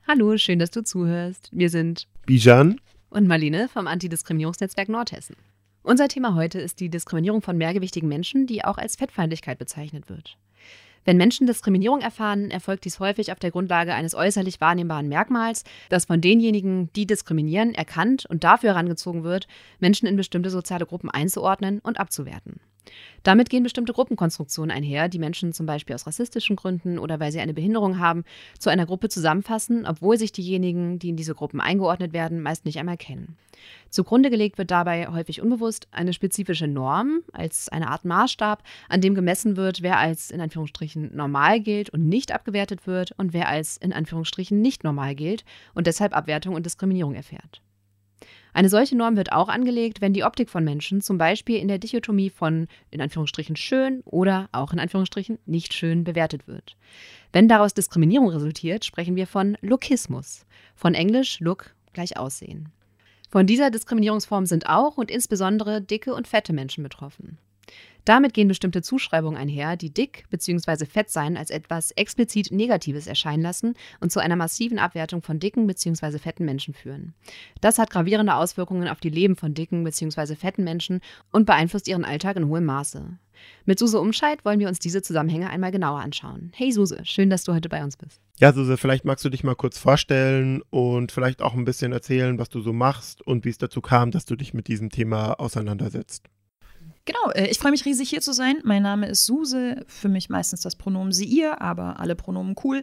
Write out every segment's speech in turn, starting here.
Hallo, schön, dass du zuhörst. Wir sind Bijan und Marlene vom Antidiskriminierungsnetzwerk Nordhessen. Unser Thema heute ist die Diskriminierung von mehrgewichtigen Menschen, die auch als Fettfeindlichkeit bezeichnet wird. Wenn Menschen Diskriminierung erfahren, erfolgt dies häufig auf der Grundlage eines äußerlich wahrnehmbaren Merkmals, das von denjenigen, die diskriminieren, erkannt und dafür herangezogen wird, Menschen in bestimmte soziale Gruppen einzuordnen und abzuwerten. Damit gehen bestimmte Gruppenkonstruktionen einher, die Menschen zum Beispiel aus rassistischen Gründen oder weil sie eine Behinderung haben, zu einer Gruppe zusammenfassen, obwohl sich diejenigen, die in diese Gruppen eingeordnet werden, meist nicht einmal kennen. Zugrunde gelegt wird dabei häufig unbewusst eine spezifische Norm als eine Art Maßstab, an dem gemessen wird, wer als in Anführungsstrichen normal gilt und nicht abgewertet wird und wer als in Anführungsstrichen nicht normal gilt und deshalb Abwertung und Diskriminierung erfährt. Eine solche Norm wird auch angelegt, wenn die Optik von Menschen zum Beispiel in der Dichotomie von in Anführungsstrichen schön oder auch in Anführungsstrichen nicht schön bewertet wird. Wenn daraus Diskriminierung resultiert, sprechen wir von Lookismus. Von Englisch Look gleich Aussehen. Von dieser Diskriminierungsform sind auch und insbesondere dicke und fette Menschen betroffen. Damit gehen bestimmte Zuschreibungen einher, die dick bzw. fett sein als etwas explizit Negatives erscheinen lassen und zu einer massiven Abwertung von dicken bzw. fetten Menschen führen. Das hat gravierende Auswirkungen auf die Leben von dicken bzw. fetten Menschen und beeinflusst ihren Alltag in hohem Maße. Mit Suse Umscheid wollen wir uns diese Zusammenhänge einmal genauer anschauen. Hey Suse, schön, dass du heute bei uns bist. Ja, Suse, vielleicht magst du dich mal kurz vorstellen und vielleicht auch ein bisschen erzählen, was du so machst und wie es dazu kam, dass du dich mit diesem Thema auseinandersetzt. Genau, ich freue mich riesig, hier zu sein. Mein Name ist Suse, für mich meistens das Pronomen sie, ihr, aber alle Pronomen cool.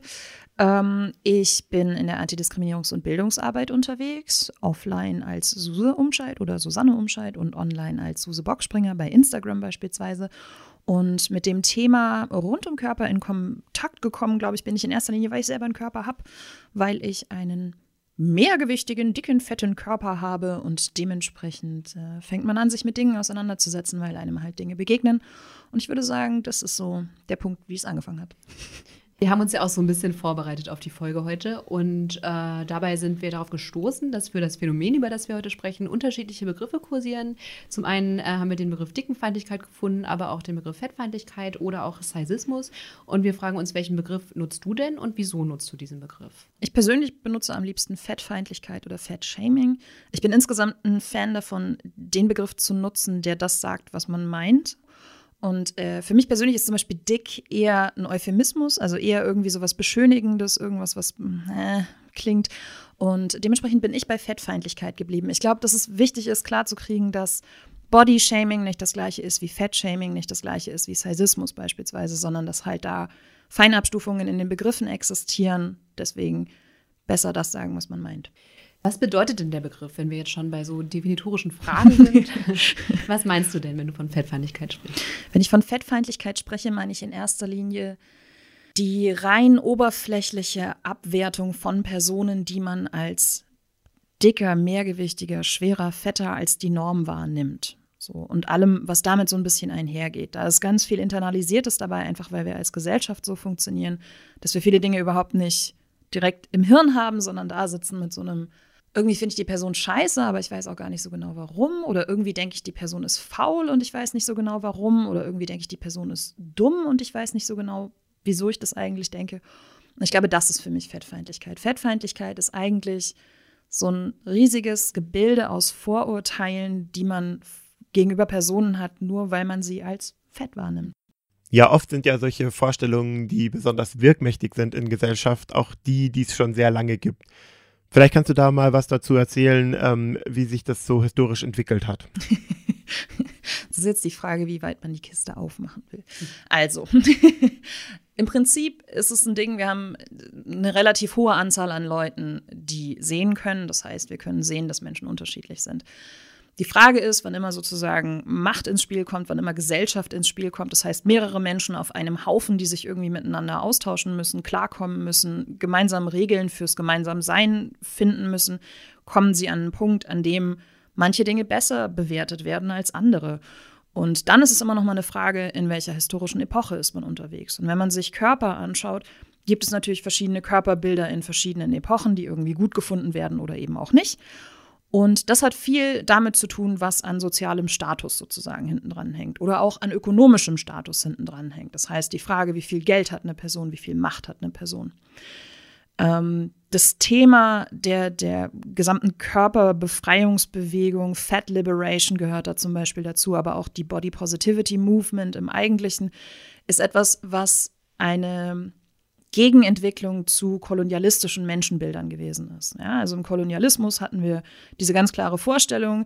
Ich bin in der Antidiskriminierungs- und Bildungsarbeit unterwegs, offline als Suse Umscheid oder Susanne Umscheid und online als Suse Bockspringer bei Instagram beispielsweise. Und mit dem Thema rund um Körper in Kontakt gekommen, glaube ich, bin ich in erster Linie, weil ich selber einen Körper habe, weil ich einen mehrgewichtigen, dicken, fetten Körper habe und dementsprechend fängt man an, sich mit Dingen auseinanderzusetzen, weil einem halt Dinge begegnen. Und ich würde sagen, das ist so der Punkt, wie es angefangen hat. Wir haben uns ja auch so ein bisschen vorbereitet auf die Folge heute und dabei sind wir darauf gestoßen, dass für das Phänomen, über das wir heute sprechen, unterschiedliche Begriffe kursieren. Zum einen haben wir den Begriff Dickenfeindlichkeit gefunden, aber auch den Begriff Fettfeindlichkeit oder auch Sizeismus. Und wir fragen uns, welchen Begriff nutzt du denn und wieso nutzt du diesen Begriff? Ich persönlich benutze am liebsten Fettfeindlichkeit oder Fettshaming. Ich bin insgesamt ein Fan davon, den Begriff zu nutzen, der das sagt, was man meint. Und für mich persönlich ist zum Beispiel dick eher ein Euphemismus, also eher irgendwie sowas Beschönigendes, irgendwas, was klingt. Und dementsprechend bin ich bei Fettfeindlichkeit geblieben. Ich glaube, dass es wichtig ist, klarzukriegen, dass Bodyshaming nicht das gleiche ist wie Fettshaming, nicht das gleiche ist wie Sizeismus beispielsweise, sondern dass halt da Feinabstufungen in den Begriffen existieren. Deswegen besser das sagen, was man meint. Was bedeutet denn der Begriff, wenn wir jetzt schon bei so definitorischen Fragen sind? Was meinst du denn, wenn du von Fettfeindlichkeit sprichst? Wenn ich von Fettfeindlichkeit spreche, meine ich in erster Linie die rein oberflächliche Abwertung von Personen, die man als dicker, mehrgewichtiger, schwerer, fetter als die Norm wahrnimmt. So, und allem, was damit so ein bisschen einhergeht. Da ist ganz viel Internalisiertes dabei, einfach weil wir als Gesellschaft so funktionieren, dass wir viele Dinge überhaupt nicht direkt im Hirn haben, sondern da sitzen mit so einem irgendwie finde ich die Person scheiße, aber ich weiß auch gar nicht so genau warum. Oder irgendwie denke ich, die Person ist faul und ich weiß nicht so genau warum. Oder irgendwie denke ich, die Person ist dumm und ich weiß nicht so genau, wieso ich das eigentlich denke. Und ich glaube, das ist für mich Fettfeindlichkeit. Fettfeindlichkeit ist eigentlich so ein riesiges Gebilde aus Vorurteilen, die man gegenüber Personen hat, nur weil man sie als fett wahrnimmt. Ja, oft sind ja solche Vorstellungen, die besonders wirkmächtig sind in Gesellschaft, auch die es schon sehr lange gibt. Vielleicht kannst du da mal was dazu erzählen, wie sich das so historisch entwickelt hat. Das ist jetzt die Frage, wie weit man die Kiste aufmachen will. Also, im Prinzip ist es ein Ding, wir haben eine relativ hohe Anzahl an Leuten, die sehen können. Das heißt, wir können sehen, dass Menschen unterschiedlich sind. Die Frage ist, wann immer sozusagen Macht ins Spiel kommt, wann immer Gesellschaft ins Spiel kommt, das heißt mehrere Menschen auf einem Haufen, die sich irgendwie miteinander austauschen müssen, klarkommen müssen, gemeinsam Regeln fürs gemeinsame Sein finden müssen, kommen sie an einen Punkt, an dem manche Dinge besser bewertet werden als andere. Und dann ist es immer noch mal eine Frage, in welcher historischen Epoche ist man unterwegs. Und wenn man sich Körper anschaut, gibt es natürlich verschiedene Körperbilder in verschiedenen Epochen, die irgendwie gut gefunden werden oder eben auch nicht. Und das hat viel damit zu tun, was an sozialem Status sozusagen hinten dran hängt oder auch an ökonomischem Status hinten dran hängt. Das heißt, die Frage, wie viel Geld hat eine Person, wie viel Macht hat eine Person. Das Thema der gesamten Körperbefreiungsbewegung, Fat Liberation gehört da zum Beispiel dazu, aber auch die Body Positivity Movement im Eigentlichen ist etwas, was eine Gegenentwicklung zu kolonialistischen Menschenbildern gewesen ist. Ja, also im Kolonialismus hatten wir diese ganz klare Vorstellung,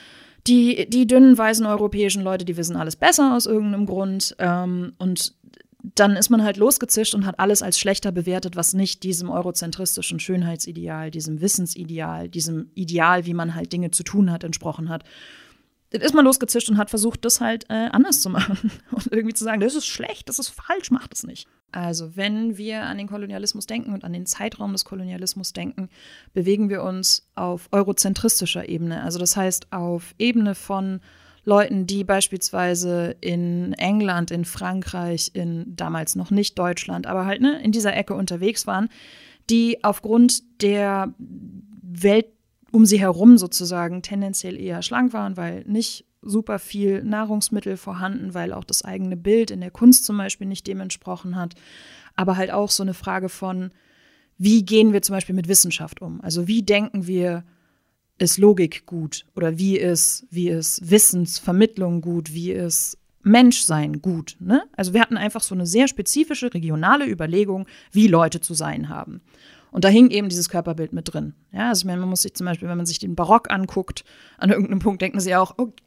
die dünnen, weißen europäischen Leute, die wissen alles besser aus irgendeinem Grund. Und dann ist man halt losgezischt und hat alles als schlechter bewertet, was nicht diesem eurozentristischen Schönheitsideal, diesem Wissensideal, diesem Ideal, wie man halt Dinge zu tun hat, entsprochen hat. Dann ist man losgezischt und hat versucht, das halt anders zu machen und irgendwie zu sagen, das ist schlecht, das ist falsch, macht es nicht. Also wenn wir an den Kolonialismus denken und an den Zeitraum des Kolonialismus denken, bewegen wir uns auf eurozentristischer Ebene. Also das heißt auf Ebene von Leuten, die beispielsweise in England, in Frankreich, in damals noch nicht Deutschland, aber halt in dieser Ecke unterwegs waren, die aufgrund der Welt um sie herum sozusagen tendenziell eher schlank waren, weil nicht super viel Nahrungsmittel vorhanden, weil auch das eigene Bild in der Kunst zum Beispiel nicht dem entsprochen hat. Aber halt auch so eine Frage von, wie gehen wir zum Beispiel mit Wissenschaft um? Also wie denken wir, ist Logik gut? Oder wie ist Wissensvermittlung gut? Wie ist Menschsein gut? Ne? Also wir hatten einfach so eine sehr spezifische regionale Überlegung, wie Leute zu sein haben. Und da hing eben dieses Körperbild mit drin. Ja, also ich meine, man muss sich zum Beispiel, wenn man sich den Barock anguckt, an irgendeinem Punkt denken sie auch, okay,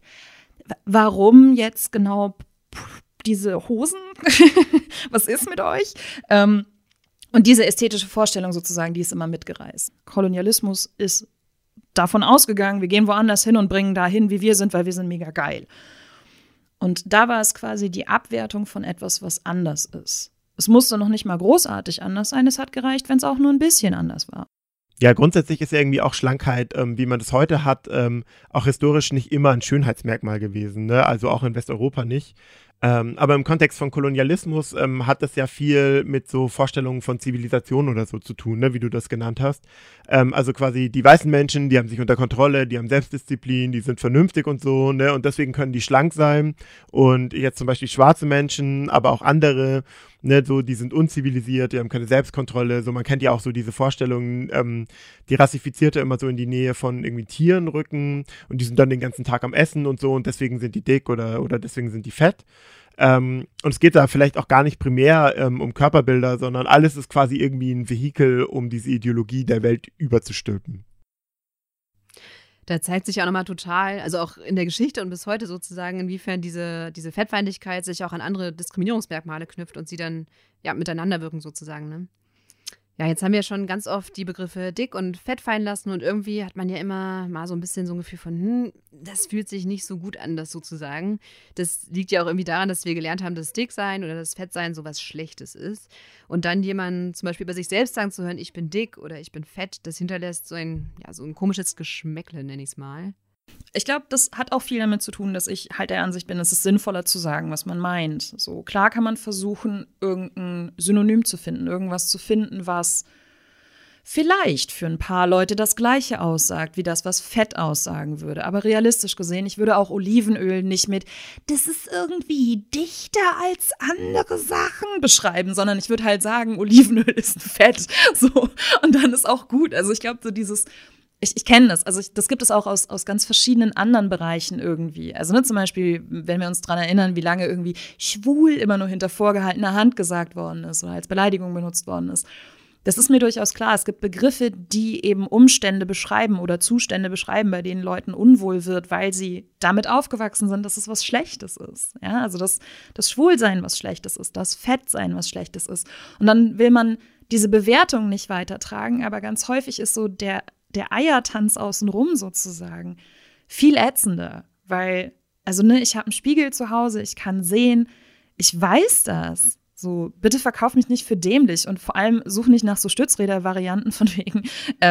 warum jetzt genau diese Hosen? Was ist mit euch? Und diese ästhetische Vorstellung sozusagen, die ist immer mitgereist. Kolonialismus ist davon ausgegangen, wir gehen woanders hin und bringen dahin, wie wir sind, weil wir sind mega geil. Und da war es quasi die Abwertung von etwas, was anders ist. Es musste noch nicht mal großartig anders sein, es hat gereicht, wenn es auch nur ein bisschen anders war. Ja, grundsätzlich ist ja irgendwie auch Schlankheit, wie man das heute hat, auch historisch nicht immer ein Schönheitsmerkmal gewesen, ne? Also auch in Westeuropa nicht. Aber im Kontext von Kolonialismus hat das ja viel mit so Vorstellungen von Zivilisation oder so zu tun, ne, wie du das genannt hast. Also quasi die weißen Menschen, die haben sich unter Kontrolle, die haben Selbstdisziplin, die sind vernünftig und so, ne, und deswegen können die schlank sein. Und jetzt zum Beispiel schwarze Menschen, aber auch andere, ne, so, die sind unzivilisiert, die haben keine Selbstkontrolle. So, man kennt ja auch so diese Vorstellungen, die Rassifizierte immer so in die Nähe von irgendwie Tieren rücken und die sind dann den ganzen Tag am Essen und so und deswegen sind die dick oder deswegen sind die fett. Und es geht da vielleicht auch gar nicht primär um Körperbilder, sondern alles ist quasi irgendwie ein Vehikel, um diese Ideologie der Welt überzustülpen. Da zeigt sich auch nochmal total, also auch in der Geschichte und bis heute sozusagen, inwiefern diese Fettfeindlichkeit sich auch an andere Diskriminierungsmerkmale knüpft und sie dann ja miteinander wirken sozusagen, ne? Ja, jetzt haben wir schon ganz oft die Begriffe dick und fett fallen lassen und irgendwie hat man ja immer mal so ein bisschen so ein Gefühl von, das fühlt sich nicht so gut an, das sozusagen. Das liegt ja auch irgendwie daran, dass wir gelernt haben, dass dick sein oder das Fett sein so was Schlechtes ist. Und dann jemanden zum Beispiel über sich selbst sagen zu hören, ich bin dick oder ich bin fett, das hinterlässt so ein komisches Geschmäckle, nenne ich es mal. Ich glaube, das hat auch viel damit zu tun, dass ich halt der Ansicht bin, es ist sinnvoller zu sagen, was man meint. So klar kann man versuchen, irgendein Synonym zu finden, irgendwas zu finden, was vielleicht für ein paar Leute das Gleiche aussagt, wie das, was Fett aussagen würde. Aber realistisch gesehen, ich würde auch Olivenöl nicht mit, das ist irgendwie dichter als andere Sachen beschreiben, sondern ich würde halt sagen, Olivenöl ist ein Fett. So, und dann ist auch gut. Also ich glaube, so dieses Ich kenne das, also das gibt es auch aus ganz verschiedenen anderen Bereichen irgendwie. Also zum Beispiel, wenn wir uns daran erinnern, wie lange irgendwie schwul immer nur hinter vorgehaltener Hand gesagt worden ist oder als Beleidigung benutzt worden ist. Das ist mir durchaus klar. Es gibt Begriffe, die eben Umstände beschreiben oder Zustände beschreiben, bei denen Leuten unwohl wird, weil sie damit aufgewachsen sind, dass es was Schlechtes ist. Ja, also das Schwulsein was Schlechtes ist, das Fettsein was Schlechtes ist. Und dann will man diese Bewertung nicht weitertragen, aber ganz häufig ist so der Eiertanz außenrum sozusagen viel ätzender, weil, ich habe einen Spiegel zu Hause, ich kann sehen, ich weiß das. So, bitte verkauf mich nicht für dämlich und vor allem such nicht nach so Stützräder-Varianten von wegen,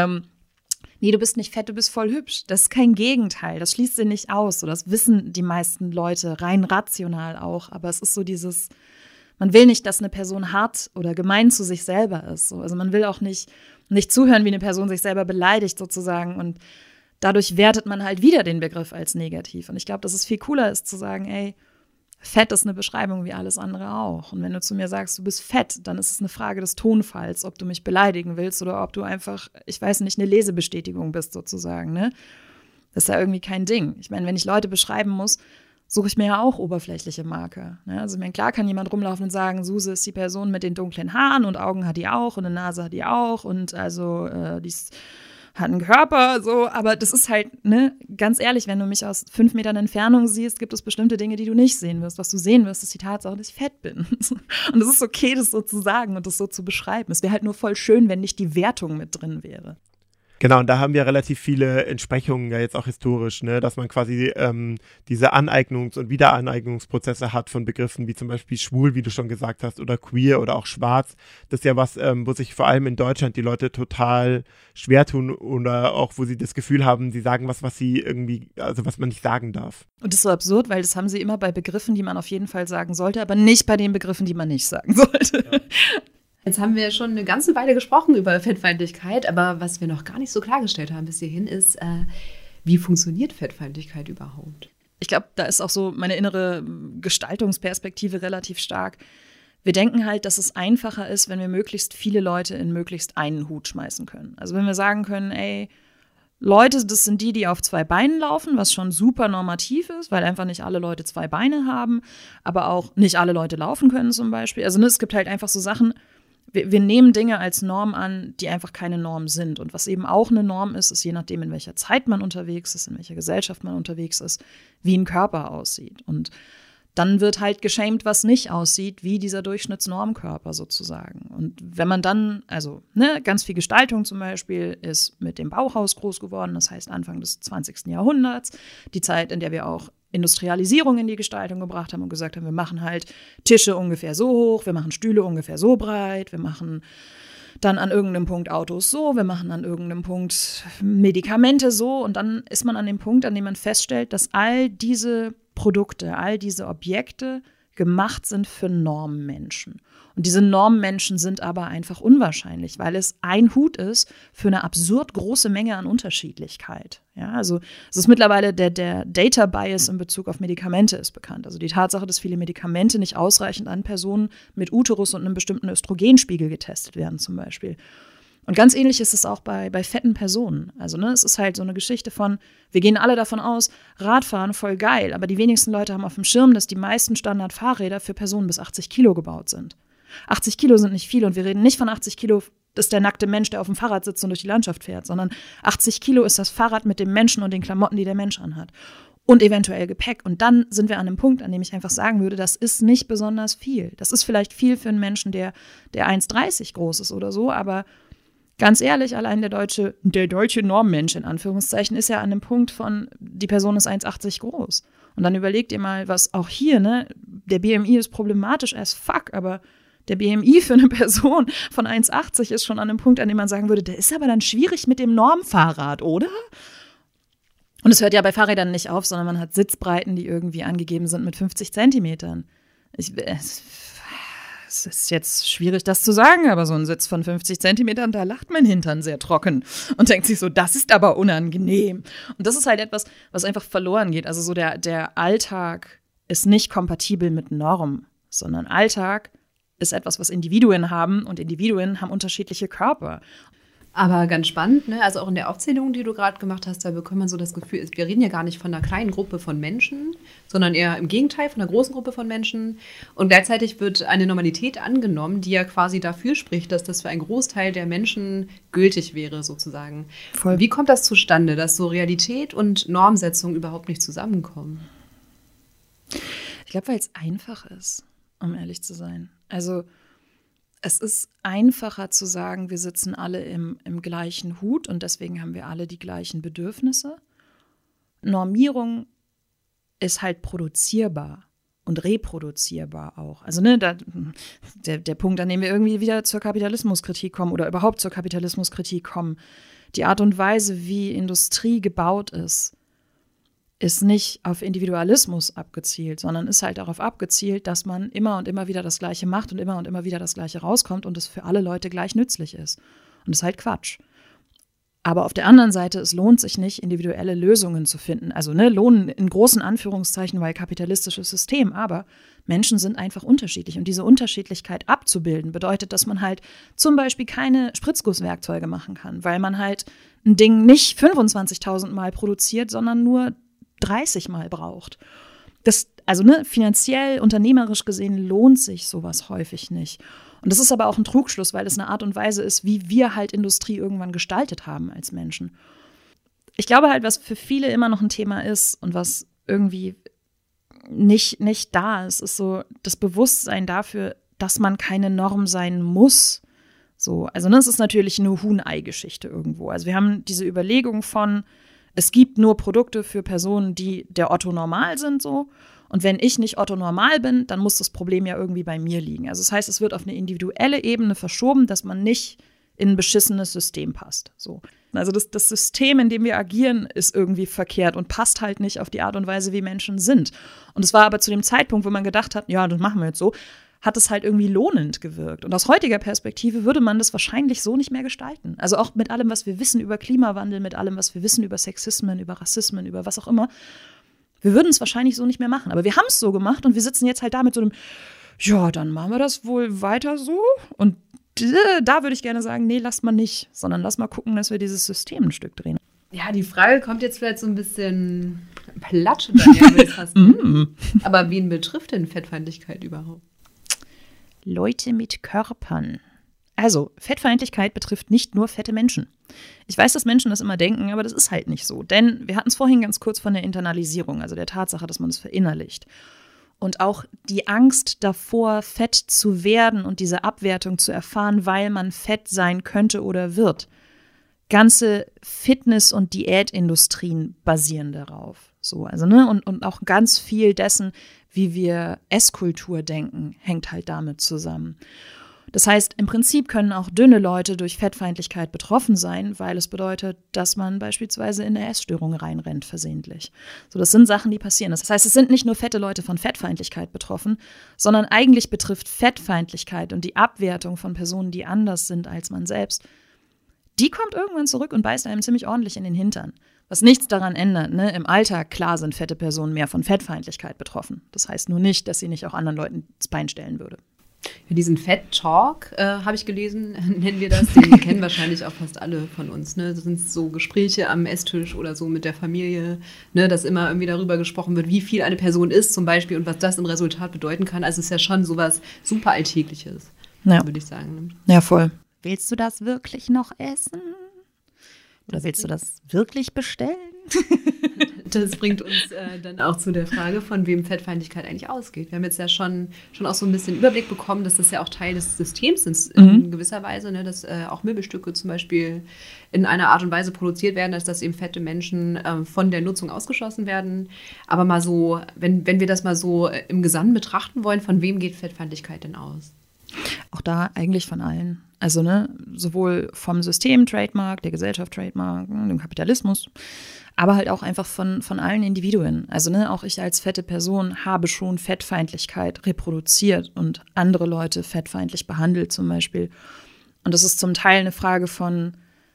nee, du bist nicht fett, du bist voll hübsch. Das ist kein Gegenteil, das schließt sie nicht aus. So, das wissen die meisten Leute rein rational auch, aber es ist so dieses, man will nicht, dass eine Person hart oder gemein zu sich selber ist. So. Also man will auch nicht zuhören, wie eine Person sich selber beleidigt sozusagen und dadurch wertet man halt wieder den Begriff als negativ. Und ich glaube, dass es viel cooler ist zu sagen, ey, Fett ist eine Beschreibung wie alles andere auch. Und wenn du zu mir sagst, du bist fett, dann ist es eine Frage des Tonfalls, ob du mich beleidigen willst oder ob du einfach, ich weiß nicht, eine Lesebestätigung bist sozusagen, ne? Das ist ja irgendwie kein Ding. Ich meine, wenn ich Leute beschreiben muss, suche ich mir ja auch oberflächliche Marker. Ne? Also klar kann jemand rumlaufen und sagen, Suse ist die Person mit den dunklen Haaren und Augen hat die auch und eine Nase hat die auch und also die hat einen Körper, so, aber das ist halt, ne, ganz ehrlich, wenn du mich aus 5 Metern Entfernung siehst, gibt es bestimmte Dinge, die du nicht sehen wirst. Was du sehen wirst, ist die Tatsache, dass ich fett bin. Und es ist okay, das so zu sagen und das so zu beschreiben. Es wäre halt nur voll schön, wenn nicht die Wertung mit drin wäre. Genau, und da haben wir relativ viele Entsprechungen ja jetzt auch historisch, ne, dass man quasi diese Aneignungs- und Wiederaneignungsprozesse hat von Begriffen wie zum Beispiel schwul, wie du schon gesagt hast, oder queer oder auch schwarz. Das ist ja was, wo sich vor allem in Deutschland die Leute total schwer tun oder auch, wo sie das Gefühl haben, sie sagen was sie irgendwie, also was man nicht sagen darf. Und das ist so absurd, weil das haben sie immer bei Begriffen, die man auf jeden Fall sagen sollte, aber nicht bei den Begriffen, die man nicht sagen sollte. Ja. Jetzt haben wir schon eine ganze Weile gesprochen über Fettfeindlichkeit, aber was wir noch gar nicht so klargestellt haben bis hierhin ist, wie funktioniert Fettfeindlichkeit überhaupt? Ich glaube, da ist auch so meine innere Gestaltungsperspektive relativ stark. Wir denken halt, dass es einfacher ist, wenn wir möglichst viele Leute in möglichst einen Hut schmeißen können. Also wenn wir sagen können, ey, Leute, das sind die auf 2 Beinen laufen, was schon super normativ ist, weil einfach nicht alle Leute 2 Beine haben, aber auch nicht alle Leute laufen können zum Beispiel. Also es gibt halt einfach so Sachen, wir nehmen Dinge als Norm an, die einfach keine Norm sind. Und was eben auch eine Norm ist, ist je nachdem, in welcher Zeit man unterwegs ist, in welcher Gesellschaft man unterwegs ist, wie ein Körper aussieht. Und dann wird halt geschämt, was nicht aussieht, wie dieser Durchschnittsnormkörper sozusagen. Und wenn man dann, also ganz viel Gestaltung zum Beispiel ist mit dem Bauhaus groß geworden, das heißt Anfang des 20. Jahrhunderts, die Zeit, in der wir auch Industrialisierung in die Gestaltung gebracht haben und gesagt haben, wir machen halt Tische ungefähr so hoch, wir machen Stühle ungefähr so breit, wir machen dann an irgendeinem Punkt Autos so, wir machen an irgendeinem Punkt Medikamente so und dann ist man an dem Punkt, an dem man feststellt, dass all diese Produkte, all diese Objekte gemacht sind für Normmenschen. Und diese Normmenschen sind aber einfach unwahrscheinlich, weil es ein Hut ist für eine absurd große Menge an Unterschiedlichkeit. Ja, also es ist mittlerweile der Data Bias in Bezug auf Medikamente ist bekannt. Also die Tatsache, dass viele Medikamente nicht ausreichend an Personen mit Uterus und einem bestimmten Östrogenspiegel getestet werden zum Beispiel. Und ganz ähnlich ist es auch bei fetten Personen. Also es ist halt so eine Geschichte von, wir gehen alle davon aus, Radfahren voll geil, aber die wenigsten Leute haben auf dem Schirm, dass die meisten Standardfahrräder für Personen bis 80 Kilo gebaut sind. 80 Kilo sind nicht viel und wir reden nicht von 80 Kilo, das ist der nackte Mensch, der auf dem Fahrrad sitzt und durch die Landschaft fährt, sondern 80 Kilo ist das Fahrrad mit dem Menschen und den Klamotten, die der Mensch anhat. Und eventuell Gepäck. Und dann sind wir an einem Punkt, an dem ich einfach sagen würde, das ist nicht besonders viel. Das ist vielleicht viel für einen Menschen, der 1,30 groß ist oder so, aber ganz ehrlich, allein der deutsche Normmensch in Anführungszeichen ist ja an dem Punkt von, die Person ist 1,80 groß. Und dann überlegt ihr mal, was auch hier, der BMI ist problematisch as fuck, aber der BMI für eine Person von 1,80 ist schon an einem Punkt, an dem man sagen würde, der ist aber dann schwierig mit dem Normfahrrad, oder? Und es hört ja bei Fahrrädern nicht auf, sondern man hat Sitzbreiten, die irgendwie angegeben sind mit 50 Zentimetern. Es ist jetzt schwierig, das zu sagen, aber so ein Sitz von 50 Zentimetern, da lacht mein Hintern sehr trocken und denkt sich so, das ist aber unangenehm. Und das ist halt etwas, was einfach verloren geht. Also so der Alltag ist nicht kompatibel mit Norm, sondern Alltag ist etwas, was Individuen haben und Individuen haben unterschiedliche Körper. Aber ganz spannend, ne? Also auch in der Aufzählung, die du gerade gemacht hast, da bekommt man so das Gefühl, wir reden ja gar nicht von einer kleinen Gruppe von Menschen, sondern eher im Gegenteil von einer großen Gruppe von Menschen. Und gleichzeitig wird eine Normalität angenommen, die ja quasi dafür spricht, dass das für einen Großteil der Menschen gültig wäre, sozusagen. Voll. Wie kommt das zustande, dass so Realität und Normsetzung überhaupt nicht zusammenkommen? Ich glaube, weil es einfach ist, um ehrlich zu sein. Also es ist einfacher zu sagen, wir sitzen alle im gleichen Hut und deswegen haben wir alle die gleichen Bedürfnisse. Normierung ist halt produzierbar und reproduzierbar auch. Also der Punkt, an dem wir irgendwie wieder zur Kapitalismuskritik kommen oder überhaupt zur Kapitalismuskritik kommen, die Art und Weise, wie Industrie gebaut ist nicht auf Individualismus abgezielt, sondern ist halt darauf abgezielt, dass man immer und immer wieder das Gleiche macht und immer wieder das Gleiche rauskommt und es für alle Leute gleich nützlich ist. Und das ist halt Quatsch. Aber auf der anderen Seite, es lohnt sich nicht, individuelle Lösungen zu finden. Also lohnen in großen Anführungszeichen, weil kapitalistisches System. Aber Menschen sind einfach unterschiedlich. Und diese Unterschiedlichkeit abzubilden, bedeutet, dass man halt zum Beispiel keine Spritzgusswerkzeuge machen kann, weil man halt ein Ding nicht 25.000 Mal produziert, sondern nur 30 Mal braucht. Finanziell, unternehmerisch gesehen lohnt sich sowas häufig nicht. Und das ist aber auch ein Trugschluss, weil es eine Art und Weise ist, wie wir halt Industrie irgendwann gestaltet haben als Menschen. Ich glaube halt, was für viele immer noch ein Thema ist und was irgendwie nicht da ist, ist so das Bewusstsein dafür, dass man keine Norm sein muss. So, also es ist natürlich eine Huhn-Ei-Geschichte irgendwo. Also wir haben diese Überlegung von, es gibt nur Produkte für Personen, die der Otto normal sind, so. Und wenn ich nicht Otto normal bin, dann muss das Problem ja irgendwie bei mir liegen. Also das heißt, es wird auf eine individuelle Ebene verschoben, dass man nicht in ein beschissenes System passt. So. Also das System, in dem wir agieren, ist irgendwie verkehrt und passt halt nicht auf die Art und Weise, wie Menschen sind. Und es war aber zu dem Zeitpunkt, wo man gedacht hat, ja, das machen wir jetzt so, hat es halt irgendwie lohnend gewirkt. Und aus heutiger Perspektive würde man das wahrscheinlich so nicht mehr gestalten. Also auch mit allem, was wir wissen über Klimawandel, mit allem, was wir wissen über Sexismen, über Rassismen, über was auch immer. Wir würden es wahrscheinlich so nicht mehr machen. Aber wir haben es so gemacht und wir sitzen jetzt halt da mit so einem, ja, dann machen wir das wohl weiter so. Und da würde ich gerne sagen, nee, lass mal nicht, sondern lass mal gucken, dass wir dieses System ein Stück drehen. Ja, die Frage kommt jetzt vielleicht so ein bisschen platt daher, will ich fast sagen. Aber wen betrifft denn Fettfeindlichkeit überhaupt? Leute mit Körpern. Also, Fettfeindlichkeit betrifft nicht nur fette Menschen. Ich weiß, dass Menschen das immer denken, aber das ist halt nicht so. Denn wir hatten es vorhin ganz kurz von der Internalisierung, also der Tatsache, dass man es verinnerlicht. Und auch die Angst davor, fett zu werden und diese Abwertung zu erfahren, weil man fett sein könnte oder wird. Ganze Fitness- und Diätindustrien basieren darauf. So, also, und auch ganz viel dessen, wie wir Esskultur denken, hängt halt damit zusammen. Das heißt, im Prinzip können auch dünne Leute durch Fettfeindlichkeit betroffen sein, weil es bedeutet, dass man beispielsweise in eine Essstörung reinrennt versehentlich. So, das sind Sachen, die passieren. Das heißt, es sind nicht nur fette Leute von Fettfeindlichkeit betroffen, sondern eigentlich betrifft Fettfeindlichkeit und die Abwertung von Personen, die anders sind als man selbst, die kommt irgendwann zurück und beißt einem ziemlich ordentlich in den Hintern. Was nichts daran ändert, ne? Im Alltag, klar, sind fette Personen mehr von Fettfeindlichkeit betroffen. Das heißt nur nicht, dass sie nicht auch anderen Leuten ins Bein stellen würde. Ja, diesen Fett-Talk, habe ich gelesen, nennen wir das. Den kennen wahrscheinlich auch fast alle von uns. Ne? Das sind so Gespräche am Esstisch oder so mit der Familie, ne? Dass immer irgendwie darüber gesprochen wird, wie viel eine Person isst zum Beispiel und was das im Resultat bedeuten kann. Also es ist ja schon sowas super Alltägliches, würde ich sagen. Ja, voll. Willst du das wirklich noch essen? Oder willst du das wirklich bestellen? Das bringt uns dann auch zu der Frage, von wem Fettfeindlichkeit eigentlich ausgeht. Wir haben jetzt ja schon auch so ein bisschen Überblick bekommen, dass das ja auch Teil des Systems ist in gewisser Weise, ne? Dass auch Möbelstücke zum Beispiel in einer Art und Weise produziert werden, dass eben fette Menschen von der Nutzung ausgeschlossen werden. Aber mal so, wenn wir das mal so im Gesamt betrachten wollen, von wem geht Fettfeindlichkeit denn aus? Auch da eigentlich von allen. Also sowohl vom System Trademark, der Gesellschaft Trademark, dem Kapitalismus, aber halt auch einfach von allen Individuen. Also auch ich als fette Person habe schon Fettfeindlichkeit reproduziert und andere Leute fettfeindlich behandelt zum Beispiel. Und das ist zum Teil eine Frage von,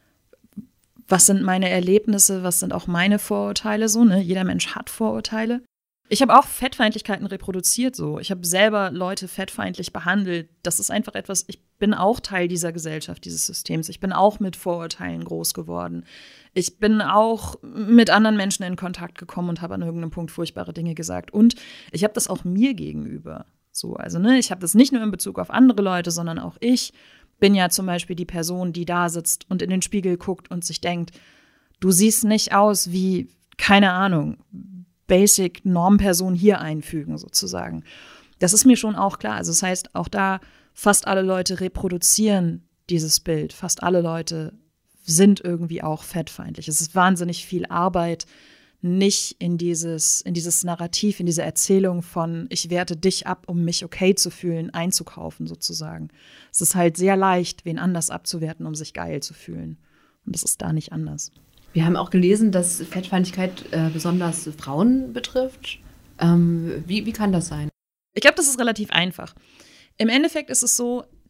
was sind meine Erlebnisse, was sind auch meine Vorurteile so, ne? Jeder Mensch hat Vorurteile. Ich habe auch Fettfeindlichkeiten reproduziert so. Ich habe selber Leute fettfeindlich behandelt. Das ist einfach etwas, ich bin auch Teil dieser Gesellschaft, dieses Systems. Ich bin auch mit Vorurteilen groß geworden. Ich bin auch mit anderen Menschen in Kontakt gekommen und habe an irgendeinem Punkt furchtbare Dinge gesagt. Und ich habe das auch mir gegenüber. So, also ich habe das nicht nur in Bezug auf andere Leute, sondern auch ich bin ja zum Beispiel die Person, die da sitzt und in den Spiegel guckt und sich denkt, du siehst nicht aus wie, keine Ahnung, Basic-Normperson hier einfügen sozusagen. Das ist mir schon auch klar. Also das heißt, auch da fast alle Leute reproduzieren dieses Bild. Fast alle Leute sind irgendwie auch fettfeindlich. Es ist wahnsinnig viel Arbeit, nicht in dieses Narrativ, in diese Erzählung von ich werte dich ab, um mich okay zu fühlen, einzukaufen sozusagen. Es ist halt sehr leicht, wen anders abzuwerten, um sich geil zu fühlen. Und das ist da nicht anders. Wir haben auch gelesen, dass Fettfeindlichkeit besonders Frauen betrifft. Wie kann das sein? Ich glaube, das ist relativ einfach. Im Endeffekt ist es so,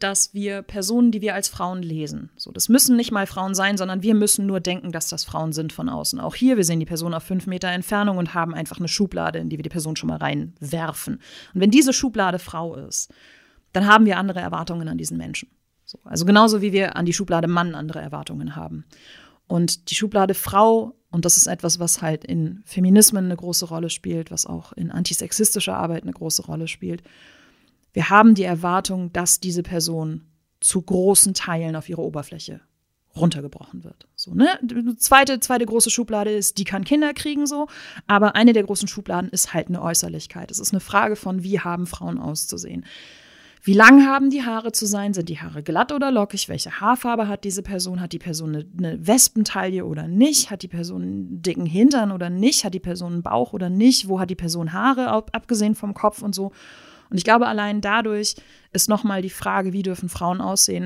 dass wir Personen, die wir als Frauen lesen, so, das müssen nicht mal Frauen sein, sondern wir müssen nur denken, dass das Frauen sind von außen. Auch hier, wir sehen die Person auf 5 Meter Entfernung und haben einfach eine Schublade, in die wir die Person schon mal reinwerfen. Und wenn diese Schublade Frau ist, dann haben wir andere Erwartungen an diesen Menschen. So, also genauso wie wir an die Schublade Mann andere Erwartungen haben. Und die Schublade Frau, und das ist etwas, was halt in Feminismen eine große Rolle spielt, was auch in antisexistischer Arbeit eine große Rolle spielt. Wir haben die Erwartung, dass diese Person zu großen Teilen auf ihre Oberfläche runtergebrochen wird. So, ne? Die zweite große Schublade ist, die kann Kinder kriegen, so. Aber eine der großen Schubladen ist halt eine Äußerlichkeit. Es ist eine Frage von, wie haben Frauen auszusehen? Wie lang haben die Haare zu sein? Sind die Haare glatt oder lockig? Welche Haarfarbe hat diese Person? Hat die Person eine Wespentaille oder nicht? Hat die Person einen dicken Hintern oder nicht? Hat die Person einen Bauch oder nicht? Wo hat die Person Haare, abgesehen vom Kopf und so? Und ich glaube, allein dadurch ist nochmal die Frage, wie dürfen Frauen aussehen,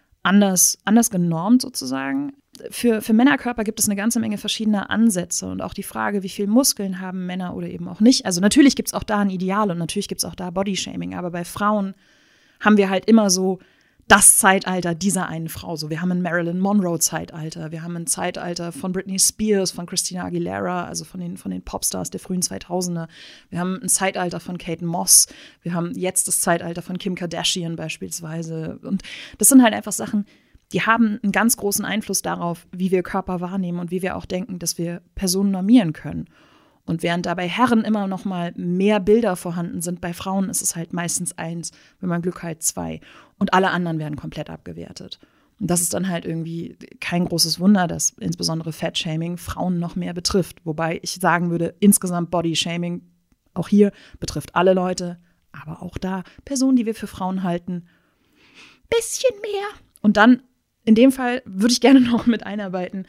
anders genormt sozusagen. Für Männerkörper gibt es eine ganze Menge verschiedener Ansätze und auch die Frage, wie viel Muskeln haben Männer oder eben auch nicht. Also natürlich gibt es auch da ein Ideal und natürlich gibt es auch da Bodyshaming, aber bei Frauen haben wir halt immer so das Zeitalter dieser einen Frau. So, wir haben ein Marilyn Monroe-Zeitalter, wir haben ein Zeitalter von Britney Spears, von Christina Aguilera, also von den Popstars der frühen 2000er. Wir haben ein Zeitalter von Kate Moss, wir haben jetzt das Zeitalter von Kim Kardashian beispielsweise. Und das sind halt einfach Sachen, die haben einen ganz großen Einfluss darauf, wie wir Körper wahrnehmen und wie wir auch denken, dass wir Personen normieren können. Und während da bei Herren immer noch mal mehr Bilder vorhanden sind, bei Frauen ist es halt meistens 1, wenn man Glück hat 2. Und alle anderen werden komplett abgewertet. Und das ist dann halt irgendwie kein großes Wunder, dass insbesondere Fat-Shaming Frauen noch mehr betrifft. Wobei ich sagen würde, insgesamt Body-Shaming auch hier betrifft alle Leute, aber auch da Personen, die wir für Frauen halten, bisschen mehr. Und dann, in dem Fall, würde ich gerne noch mit einarbeiten,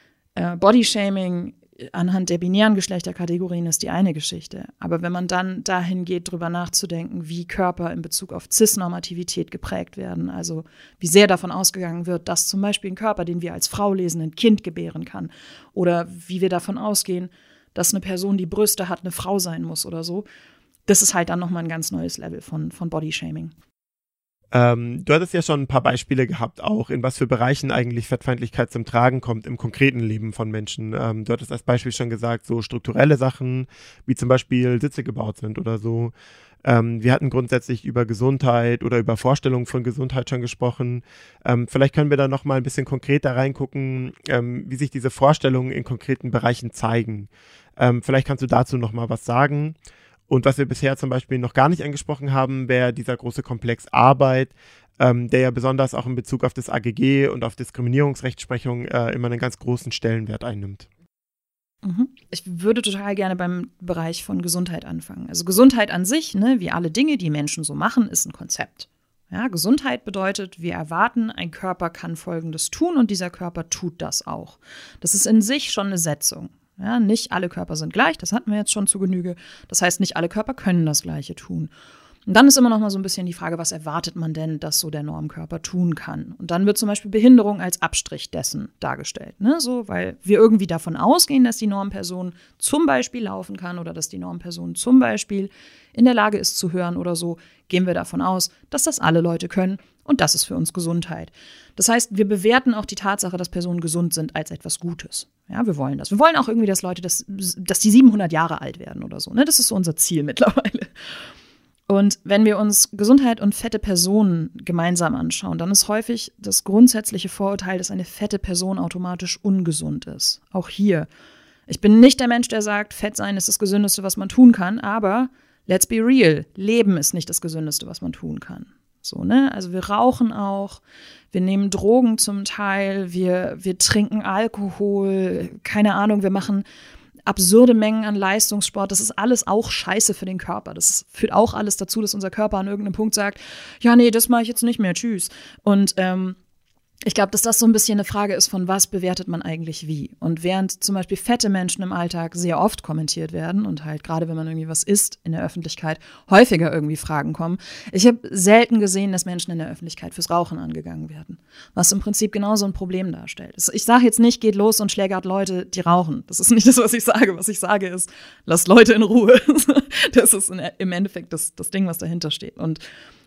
Body-Shaming anhand der binären Geschlechterkategorien ist die eine Geschichte. Aber wenn man dann dahin geht, drüber nachzudenken, wie Körper in Bezug auf Cis-Normativität geprägt werden, also wie sehr davon ausgegangen wird, dass zum Beispiel ein Körper, den wir als Frau lesen, ein Kind gebären kann, oder wie wir davon ausgehen, dass eine Person, die Brüste hat, eine Frau sein muss oder so, das ist halt dann nochmal ein ganz neues Level von Bodyshaming. Du hattest ja schon ein paar Beispiele gehabt, auch in was für Bereichen eigentlich Fettfeindlichkeit zum Tragen kommt im konkreten Leben von Menschen. Du hattest als Beispiel schon gesagt, so strukturelle Sachen, wie zum Beispiel Sitze gebaut sind oder so. Wir hatten grundsätzlich über Gesundheit oder über Vorstellungen von Gesundheit schon gesprochen. Vielleicht können wir da noch mal ein bisschen konkreter reingucken, wie sich diese Vorstellungen in konkreten Bereichen zeigen. Vielleicht kannst du dazu noch mal was sagen. Und was wir bisher zum Beispiel noch gar nicht angesprochen haben, wäre dieser große Komplex Arbeit, der ja besonders auch in Bezug auf das AGG und auf Diskriminierungsrechtsprechung immer einen ganz großen Stellenwert einnimmt. Ich würde total gerne beim Bereich von Gesundheit anfangen. Also Gesundheit an sich, ne, wie alle Dinge, die Menschen so machen, ist ein Konzept. Ja, Gesundheit bedeutet, wir erwarten, ein Körper kann Folgendes tun und dieser Körper tut das auch. Das ist in sich schon eine Setzung. Ja, nicht alle Körper sind gleich, das hatten wir jetzt schon zu Genüge. Das heißt, nicht alle Körper können das Gleiche tun. Und dann ist immer noch mal so ein bisschen die Frage, was erwartet man denn, dass so der Normkörper tun kann? Und dann wird zum Beispiel Behinderung als Abstrich dessen dargestellt, ne? So, weil wir irgendwie davon ausgehen, dass die Normperson zum Beispiel laufen kann oder dass die Normperson zum Beispiel in der Lage ist zu hören oder so, gehen wir davon aus, dass das alle Leute können und das ist für uns Gesundheit. Das heißt, wir bewerten auch die Tatsache, dass Personen gesund sind, als etwas Gutes. Ja, wir wollen das. Wir wollen auch irgendwie, dass Leute, dass die 700 Jahre alt werden oder so, ne? Das ist so unser Ziel mittlerweile. Und wenn wir uns Gesundheit und fette Personen gemeinsam anschauen, dann ist häufig das grundsätzliche Vorurteil, dass eine fette Person automatisch ungesund ist. Auch hier. Ich bin nicht der Mensch, der sagt, Fett sein ist das Gesündeste, was man tun kann, aber let's be real, Leben ist nicht das Gesündeste, was man tun kann. So, ne? Also wir rauchen auch, wir nehmen Drogen zum Teil, wir trinken Alkohol, keine Ahnung, wir machen absurde Mengen an Leistungssport, das ist alles auch scheiße für den Körper. Das führt auch alles dazu, dass unser Körper an irgendeinem Punkt sagt, ja, nee, das mache ich jetzt nicht mehr, tschüss. Und ich glaube, dass das so ein bisschen eine Frage ist, von was bewertet man eigentlich wie. Und während zum Beispiel fette Menschen im Alltag sehr oft kommentiert werden und halt gerade, wenn man irgendwie was isst in der Öffentlichkeit, häufiger irgendwie Fragen kommen. Ich habe selten gesehen, dass Menschen in der Öffentlichkeit fürs Rauchen angegangen werden, was im Prinzip genauso ein Problem darstellt. Ich sage jetzt nicht, geht los und schlägert Leute, die rauchen. Das ist nicht das, was ich sage. Was ich sage ist, lasst Leute in Ruhe. Das ist im Endeffekt das Ding, was dahinter steht. Und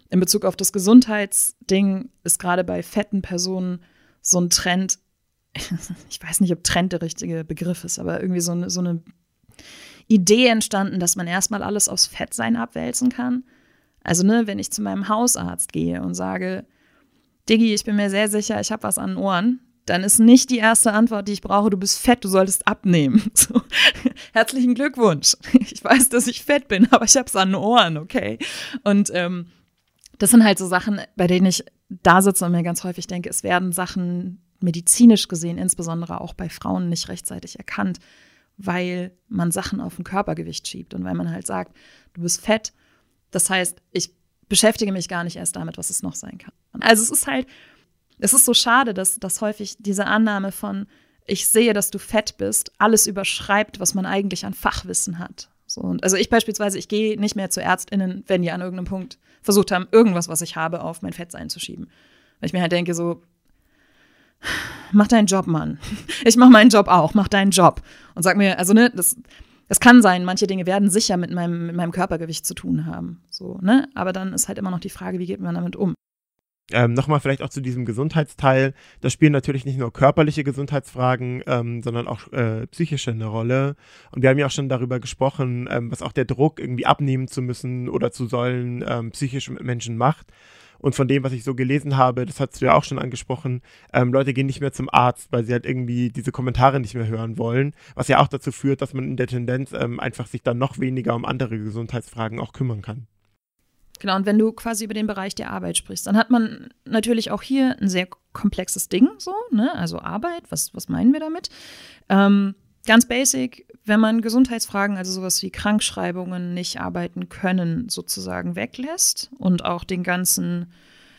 in Bezug auf das Gesundheitsding ist gerade bei fetten Personen so ein Trend, ich weiß nicht, ob Trend der richtige Begriff ist, aber irgendwie so eine Idee entstanden, dass man erstmal alles aufs Fettsein abwälzen kann. Also, wenn ich zu meinem Hausarzt gehe und sage, Diggi, ich bin mir sehr sicher, ich habe was an den Ohren, dann ist nicht die erste Antwort, die ich brauche, du bist fett, du solltest abnehmen. So. Herzlichen Glückwunsch. Ich weiß, dass ich fett bin, aber ich habe es an den Ohren, okay? Und das sind halt so Sachen, bei denen ich da sitze und mir ganz häufig denke, es werden Sachen medizinisch gesehen, insbesondere auch bei Frauen, nicht rechtzeitig erkannt, weil man Sachen auf ein Körpergewicht schiebt und weil man halt sagt, du bist fett. Das heißt, ich beschäftige mich gar nicht erst damit, was es noch sein kann. Also es ist so schade, dass häufig diese Annahme von, ich sehe, dass du fett bist, alles überschreibt, was man eigentlich an Fachwissen hat. So, und also ich beispielsweise, ich gehe nicht mehr zu ÄrztInnen, wenn die an irgendeinem Punkt versucht haben, irgendwas, was ich habe, auf mein Fettsein zu schieben. Weil ich mir halt denke so, mach deinen Job, Mann. Ich mach meinen Job auch, mach deinen Job. Und sag mir, also das kann sein, manche Dinge werden sicher mit meinem Körpergewicht zu tun haben. So, aber dann ist halt immer noch die Frage, wie geht man damit um? Nochmal vielleicht auch zu diesem Gesundheitsteil. Da spielen natürlich nicht nur körperliche Gesundheitsfragen, sondern auch psychische eine Rolle. Und wir haben ja auch schon darüber gesprochen, was auch der Druck, irgendwie abnehmen zu müssen oder zu sollen, psychisch mit Menschen macht. Und von dem, was ich so gelesen habe, das hast du ja auch schon angesprochen, Leute gehen nicht mehr zum Arzt, weil sie halt irgendwie diese Kommentare nicht mehr hören wollen, was ja auch dazu führt, dass man in der Tendenz einfach sich dann noch weniger um andere Gesundheitsfragen auch kümmern kann. Genau, und wenn du quasi über den Bereich der Arbeit sprichst, dann hat man natürlich auch hier ein sehr komplexes Ding, so, also Arbeit, was meinen wir damit? Ganz basic, wenn man Gesundheitsfragen, also sowas wie Krankschreibungen, nicht arbeiten können, sozusagen weglässt und auch den ganzen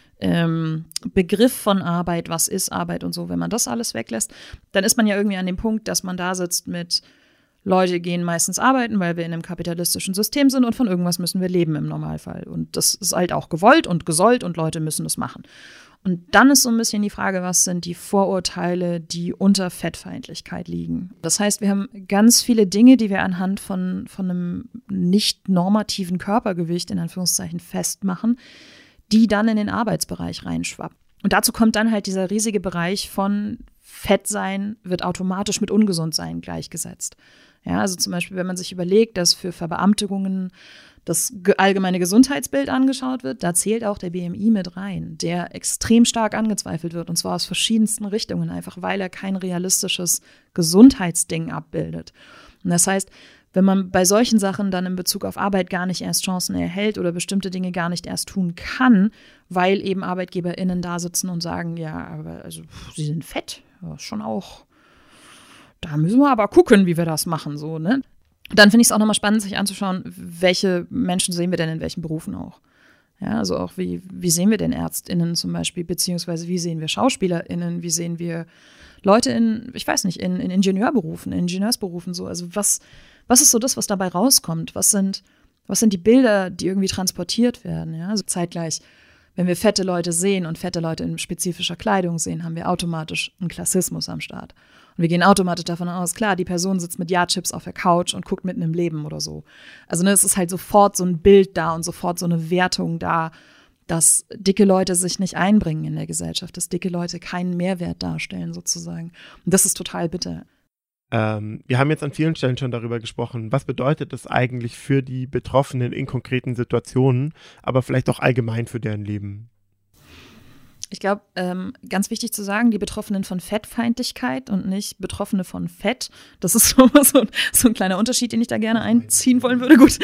Begriff von Arbeit, was ist Arbeit und so, wenn man das alles weglässt, dann ist man ja irgendwie an dem Punkt, dass man da sitzt mit Leute gehen meistens arbeiten, weil wir in einem kapitalistischen System sind und von irgendwas müssen wir leben im Normalfall. Und das ist halt auch gewollt und gesollt und Leute müssen das machen. Und dann ist so ein bisschen die Frage, was sind die Vorurteile, die unter Fettfeindlichkeit liegen. Das heißt, wir haben ganz viele Dinge, die wir anhand von einem nicht normativen Körpergewicht in Anführungszeichen festmachen, die dann in den Arbeitsbereich reinschwappen. Und dazu kommt dann halt dieser riesige Bereich von Fettsein wird automatisch mit Ungesundsein gleichgesetzt. Ja, also zum Beispiel, wenn man sich überlegt, dass für Verbeamtungen das allgemeine Gesundheitsbild angeschaut wird, da zählt auch der BMI mit rein, der extrem stark angezweifelt wird, und zwar aus verschiedensten Richtungen, einfach weil er kein realistisches Gesundheitsding abbildet. Und das heißt, wenn man bei solchen Sachen dann in Bezug auf Arbeit gar nicht erst Chancen erhält oder bestimmte Dinge gar nicht erst tun kann, weil eben ArbeitgeberInnen da sitzen und sagen, ja, aber also sie sind fett, ja, schon auch. Da müssen wir aber gucken, wie wir das machen, so, ne? Dann finde ich es auch nochmal spannend, sich anzuschauen, welche Menschen sehen wir denn in welchen Berufen auch. Ja, also auch wie sehen wir denn ÄrztInnen zum Beispiel, beziehungsweise wie sehen wir SchauspielerInnen, wie sehen wir Leute in Ingenieurberufen, in Ingenieursberufen so. Also was ist so das, was dabei rauskommt? Was sind die Bilder, die irgendwie transportiert werden? Ja, also zeitgleich, wenn wir fette Leute sehen und fette Leute in spezifischer Kleidung sehen, haben wir automatisch einen Klassismus am Start. Und wir gehen automatisch davon aus, klar, die Person sitzt mit Ja-Chips auf der Couch und guckt mitten im Leben oder so. Also es ist halt sofort so ein Bild da und sofort so eine Wertung da, dass dicke Leute sich nicht einbringen in der Gesellschaft, dass dicke Leute keinen Mehrwert darstellen sozusagen. Und das ist total bitter. Wir haben jetzt an vielen Stellen schon darüber gesprochen, was bedeutet das eigentlich für die Betroffenen in konkreten Situationen, aber vielleicht auch allgemein für deren Leben? Ich glaube, ganz wichtig zu sagen, die Betroffenen von Fettfeindlichkeit und nicht Betroffene von Fett. Das ist so ein kleiner Unterschied, den ich da gerne einziehen wollen würde. Gut.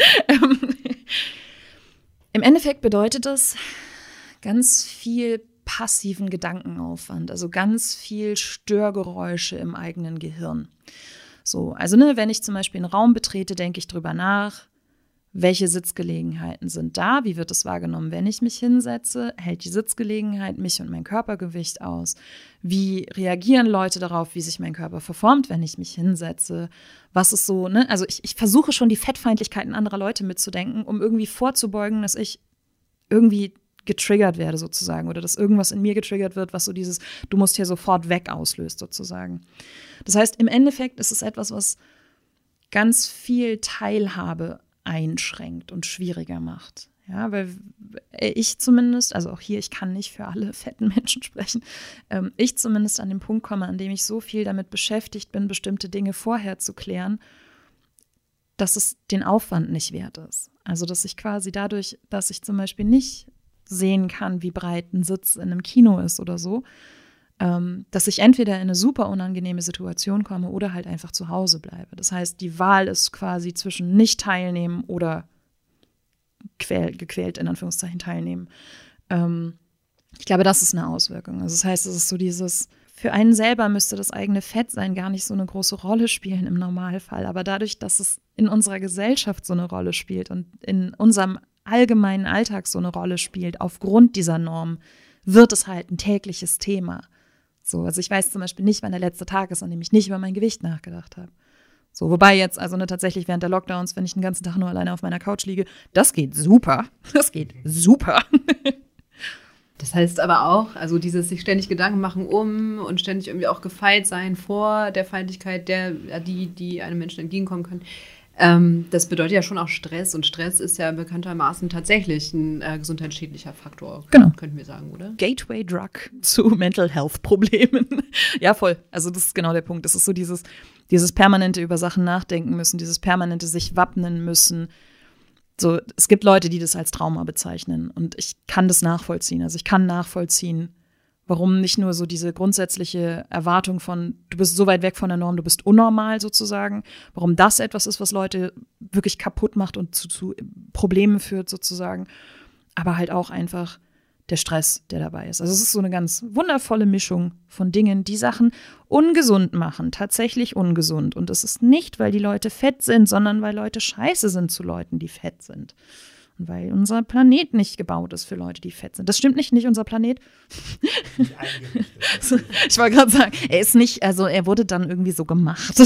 Im Endeffekt bedeutet das ganz viel passiven Gedankenaufwand, also ganz viel Störgeräusche im eigenen Gehirn. So, also wenn ich zum Beispiel einen Raum betrete, denke ich drüber nach, welche Sitzgelegenheiten sind da, wie wird es wahrgenommen, wenn ich mich hinsetze, hält die Sitzgelegenheit mich und mein Körpergewicht aus, wie reagieren Leute darauf, wie sich mein Körper verformt, wenn ich mich hinsetze, was ist so, also ich versuche schon die Fettfeindlichkeiten anderer Leute mitzudenken, um irgendwie vorzubeugen, dass ich irgendwie getriggert werde sozusagen oder dass irgendwas in mir getriggert wird, was so dieses du musst hier sofort weg auslöst sozusagen. Das heißt, im Endeffekt ist es etwas, was ganz viel Teilhabe einschränkt und schwieriger macht. Ja, weil ich zumindest, also auch hier, ich kann nicht für alle fetten Menschen sprechen, ich zumindest an den Punkt komme, an dem ich so viel damit beschäftigt bin, bestimmte Dinge vorher zu klären, dass es den Aufwand nicht wert ist. Also dass ich quasi dadurch, dass ich zum Beispiel nicht sehen kann, wie breit ein Sitz in einem Kino ist oder so, dass ich entweder in eine super unangenehme Situation komme oder halt einfach zu Hause bleibe. Das heißt, die Wahl ist quasi zwischen nicht teilnehmen oder gequält in Anführungszeichen teilnehmen. Ich glaube, das ist eine Auswirkung. Also das heißt, es ist so dieses, für einen selber müsste das eigene Fettsein gar nicht so eine große Rolle spielen im Normalfall. Aber dadurch, dass es in unserer Gesellschaft so eine Rolle spielt und in unserem allgemeinen Alltag so eine Rolle spielt, aufgrund dieser Norm, wird es halt ein tägliches Thema. So, also ich weiß zum Beispiel nicht, wann der letzte Tag ist, an dem ich nicht über mein Gewicht nachgedacht habe. So, wobei jetzt, also tatsächlich während der Lockdowns, wenn ich den ganzen Tag nur alleine auf meiner Couch liege, das geht super. Das geht super. Das heißt aber auch, also dieses sich ständig Gedanken machen und ständig irgendwie auch gefeit sein vor der Feindlichkeit, die einem Menschen entgegenkommen kann. Das bedeutet ja schon auch Stress. Und Stress ist ja bekanntermaßen tatsächlich ein gesundheitsschädlicher Faktor, genau, könnten wir sagen, oder? Gateway Drug zu Mental Health Problemen. Ja, voll. Also das ist genau der Punkt. Das ist so dieses permanente über Sachen nachdenken müssen, dieses permanente sich wappnen müssen. So, es gibt Leute, die das als Trauma bezeichnen. Und ich kann das nachvollziehen. Also ich kann nachvollziehen, warum nicht nur so diese grundsätzliche Erwartung von, du bist so weit weg von der Norm, du bist unnormal sozusagen, warum das etwas ist, was Leute wirklich kaputt macht und zu Problemen führt sozusagen, aber halt auch einfach der Stress, der dabei ist. Also es ist so eine ganz wundervolle Mischung von Dingen, die Sachen ungesund machen, tatsächlich ungesund. Und es ist nicht, weil die Leute fett sind, sondern weil Leute scheiße sind zu Leuten, die fett sind. Und weil unser Planet nicht gebaut ist für Leute, die fett sind. Das stimmt nicht unser Planet. Ich wollte gerade sagen, er ist nicht, also er wurde dann irgendwie so gemacht.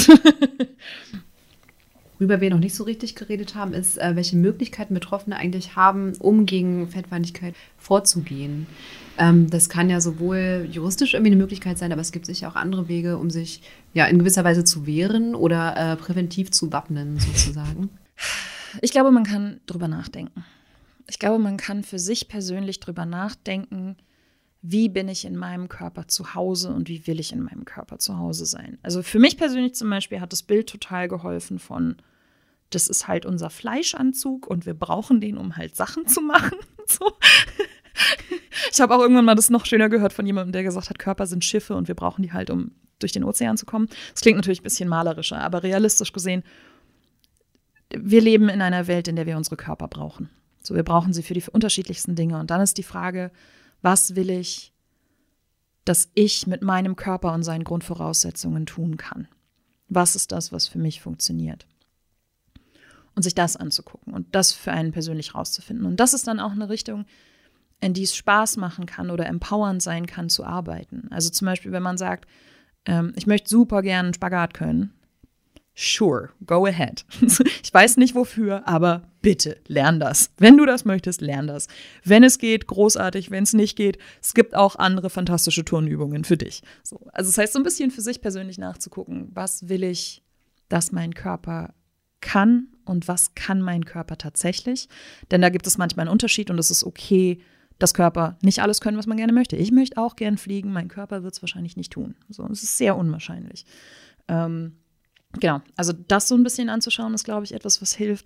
Worüber wir noch nicht so richtig geredet haben, ist, welche Möglichkeiten Betroffene eigentlich haben, um gegen Fettfeindlichkeit vorzugehen. Das kann ja sowohl juristisch irgendwie eine Möglichkeit sein, aber es gibt sicher auch andere Wege, um sich ja in gewisser Weise zu wehren oder präventiv zu wappnen, sozusagen. Ich glaube, man kann drüber nachdenken. Ich glaube, man kann für sich persönlich drüber nachdenken, wie bin ich in meinem Körper zu Hause und wie will ich in meinem Körper zu Hause sein. Also für mich persönlich zum Beispiel hat das Bild total geholfen von, das ist halt unser Fleischanzug und wir brauchen den, um halt Sachen zu machen. So. Ich habe auch irgendwann mal das noch schöner gehört von jemandem, der gesagt hat, Körper sind Schiffe und wir brauchen die halt, um durch den Ozean zu kommen. Das klingt natürlich ein bisschen malerischer, aber realistisch gesehen, wir leben in einer Welt, in der wir unsere Körper brauchen. So, wir brauchen sie für die unterschiedlichsten Dinge. Und dann ist die Frage, was will ich, dass ich mit meinem Körper und seinen Grundvoraussetzungen tun kann? Was ist das, was für mich funktioniert? Und sich das anzugucken und das für einen persönlich rauszufinden. Und das ist dann auch eine Richtung, in die es Spaß machen kann oder empowernd sein kann, zu arbeiten. Also zum Beispiel, wenn man sagt, ich möchte super gerne einen Spagat können. Sure, go ahead. Ich weiß nicht wofür, aber bitte, lern das. Wenn du das möchtest, lern das. Wenn es geht, großartig. Wenn es nicht geht, es gibt auch andere fantastische Turnübungen für dich. So, also das heißt, so ein bisschen für sich persönlich nachzugucken, was will ich, dass mein Körper kann und was kann mein Körper tatsächlich. Denn da gibt es manchmal einen Unterschied und es ist okay, dass Körper nicht alles können, was man gerne möchte. Ich möchte auch gern fliegen, mein Körper wird es wahrscheinlich nicht tun. So, es ist sehr unwahrscheinlich. Genau, also das so ein bisschen anzuschauen, ist, glaube ich, etwas, was hilft.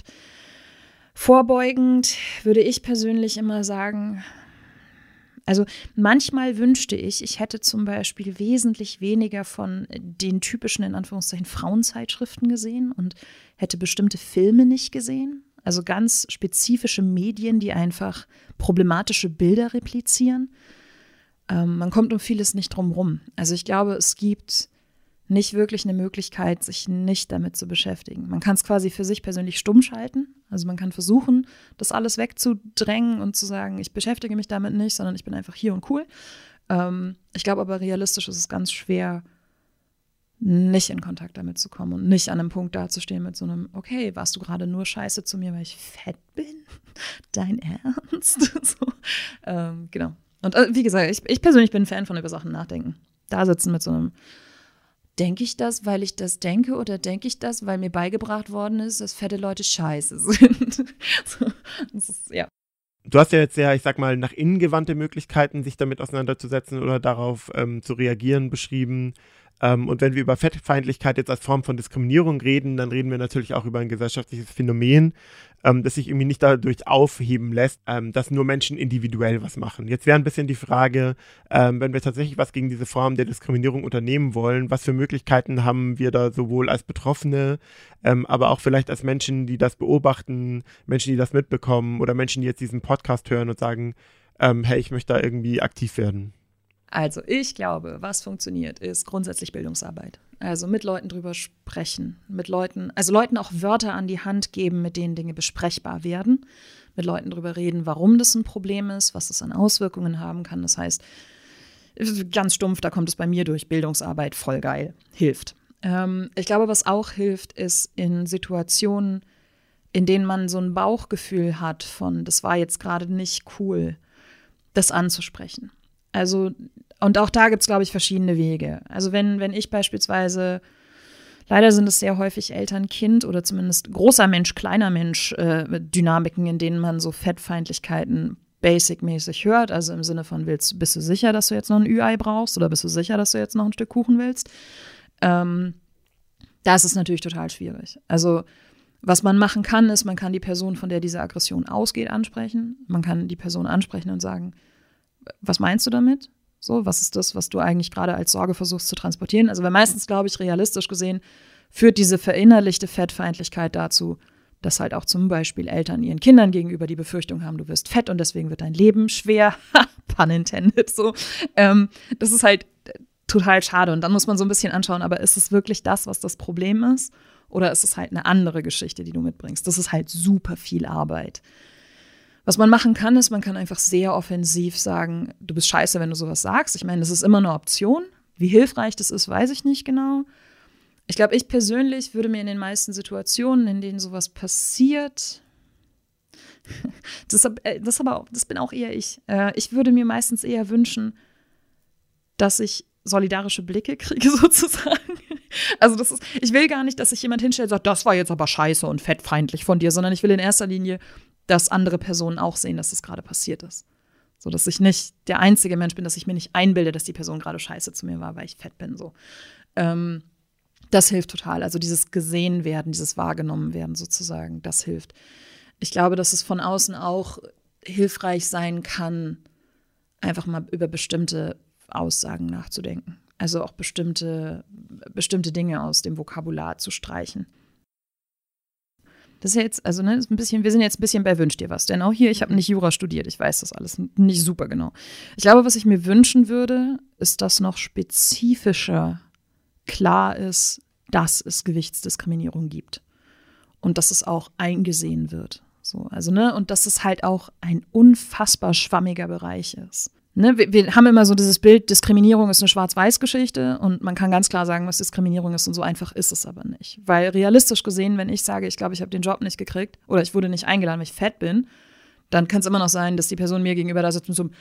Vorbeugend würde ich persönlich immer sagen, also manchmal wünschte ich hätte zum Beispiel wesentlich weniger von den typischen, in Anführungszeichen, Frauenzeitschriften gesehen und hätte bestimmte Filme nicht gesehen. Also ganz spezifische Medien, die einfach problematische Bilder replizieren. Man kommt um vieles nicht drum rum. Also ich glaube, es gibt nicht wirklich eine Möglichkeit, sich nicht damit zu beschäftigen. Man kann es quasi für sich persönlich stumm schalten. Also man kann versuchen, das alles wegzudrängen und zu sagen, ich beschäftige mich damit nicht, sondern ich bin einfach hier und cool. Ich glaube aber, realistisch ist es ganz schwer, nicht in Kontakt damit zu kommen und nicht an einem Punkt dazustehen mit so einem, okay, warst du gerade nur scheiße zu mir, weil ich fett bin? Dein Ernst? So. Genau. Und wie gesagt, ich persönlich bin ein Fan von über Sachen nachdenken. Da sitzen mit so einem, denke ich das, weil ich das denke, oder denke ich das, weil mir beigebracht worden ist, dass fette Leute scheiße sind? So, das ist, ja. Du hast ja jetzt sehr, ich sag mal, nach innen gewandte Möglichkeiten, sich damit auseinanderzusetzen oder darauf zu reagieren, beschrieben. Und wenn wir über Fettfeindlichkeit jetzt als Form von Diskriminierung reden, dann reden wir natürlich auch über ein gesellschaftliches Phänomen, das sich irgendwie nicht dadurch aufheben lässt, dass nur Menschen individuell was machen. Jetzt wäre ein bisschen die Frage, wenn wir tatsächlich was gegen diese Form der Diskriminierung unternehmen wollen, was für Möglichkeiten haben wir da sowohl als Betroffene, aber auch vielleicht als Menschen, die das beobachten, Menschen, die das mitbekommen oder Menschen, die jetzt diesen Podcast hören und sagen, hey, ich möchte da irgendwie aktiv werden. Also ich glaube, was funktioniert, ist grundsätzlich Bildungsarbeit. Also mit Leuten drüber sprechen, Leuten auch Wörter an die Hand geben, mit denen Dinge besprechbar werden, mit Leuten drüber reden, warum das ein Problem ist, was es an Auswirkungen haben kann. Das heißt, ganz stumpf, da kommt es bei mir durch, Bildungsarbeit, voll geil, hilft. Ich glaube, was auch hilft, ist in Situationen, in denen man so ein Bauchgefühl hat von, das war jetzt gerade nicht cool, das anzusprechen. Also, und auch da gibt es, glaube ich, verschiedene Wege. Also wenn ich beispielsweise, leider sind es sehr häufig Eltern-Kind oder zumindest großer Mensch, kleiner Mensch Dynamiken, in denen man so Fettfeindlichkeiten basic-mäßig hört. Also im Sinne von, bist du sicher, dass du jetzt noch ein Ü-Ei brauchst oder bist du sicher, dass du jetzt noch ein Stück Kuchen willst? Da ist es natürlich total schwierig. Also was man machen kann, ist, man kann die Person, von der diese Aggression ausgeht, ansprechen. Man kann die Person ansprechen und sagen, was meinst du damit? So, was ist das, was du eigentlich gerade als Sorge versuchst zu transportieren? Also, weil meistens, glaube ich, realistisch gesehen, führt diese verinnerlichte Fettfeindlichkeit dazu, dass halt auch zum Beispiel Eltern ihren Kindern gegenüber die Befürchtung haben, du wirst fett und deswegen wird dein Leben schwer. Pun intended, so. Das ist halt total schade. Und dann muss man so ein bisschen anschauen, aber ist es wirklich das, was das Problem ist? Oder ist es halt eine andere Geschichte, die du mitbringst? Das ist halt super viel Arbeit. Was man machen kann, ist, man kann einfach sehr offensiv sagen, du bist scheiße, wenn du sowas sagst. Ich meine, das ist immer eine Option. Wie hilfreich das ist, weiß ich nicht genau. Ich glaube, ich persönlich würde mir in den meisten Situationen, in denen sowas passiert, das bin auch eher ich. Ich würde mir meistens eher wünschen, dass ich solidarische Blicke kriege, sozusagen. Also ich will gar nicht, dass sich jemand hinstellt und sagt, das war jetzt aber scheiße und fettfeindlich von dir, sondern ich will in erster Linie, dass andere Personen auch sehen, dass das gerade passiert ist. So, dass ich nicht der einzige Mensch bin, dass ich mir nicht einbilde, dass die Person gerade scheiße zu mir war, weil ich fett bin. So. Das hilft total. Also dieses gesehen werden, dieses wahrgenommen werden sozusagen, das hilft. Ich glaube, dass es von außen auch hilfreich sein kann, einfach mal über bestimmte Aussagen nachzudenken. Also auch bestimmte Dinge aus dem Vokabular zu streichen. Das ist ja jetzt, also ist ein bisschen, wir sind jetzt ein bisschen bei Wünsch dir was. Denn auch hier, ich habe nicht Jura studiert, ich weiß das alles nicht super genau. Ich glaube, was ich mir wünschen würde, ist, dass noch spezifischer klar ist, dass es Gewichtsdiskriminierung gibt. Und dass es auch eingesehen wird. So, also, und dass es halt auch ein unfassbar schwammiger Bereich ist. Wir haben immer so dieses Bild, Diskriminierung ist eine Schwarz-Weiß-Geschichte und man kann ganz klar sagen, was Diskriminierung ist und so einfach ist es aber nicht. Weil realistisch gesehen, wenn ich sage, ich glaube, ich habe den Job nicht gekriegt oder ich wurde nicht eingeladen, weil ich fett bin, dann kann es immer noch sein, dass die Person mir gegenüber da sitzt und so,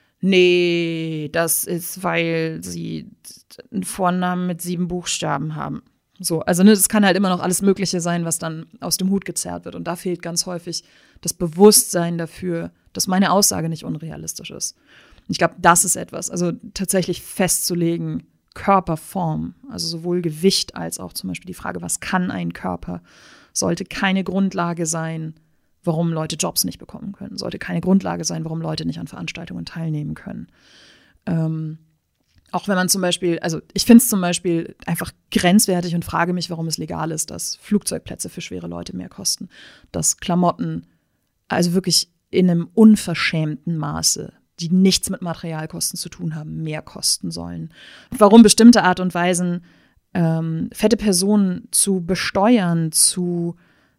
nee, das ist, weil sie einen Vornamen mit 7 Buchstaben haben. So, also das kann halt immer noch alles Mögliche sein, was dann aus dem Hut gezerrt wird. Und da fehlt ganz häufig das Bewusstsein dafür, dass meine Aussage nicht unrealistisch ist. Ich glaube, das ist etwas, also tatsächlich festzulegen, Körperform, also sowohl Gewicht als auch zum Beispiel die Frage, was kann ein Körper, sollte keine Grundlage sein, warum Leute Jobs nicht bekommen können, sollte keine Grundlage sein, warum Leute nicht an Veranstaltungen teilnehmen können. Auch wenn man zum Beispiel, also ich finde es zum Beispiel einfach grenzwertig und frage mich, warum es legal ist, dass Flugzeugplätze für schwere Leute mehr kosten, dass Klamotten, also wirklich in einem unverschämten Maße, die nichts mit Materialkosten zu tun haben, mehr kosten sollen. Warum bestimmte Art und Weisen, fette Personen zu besteuern, zur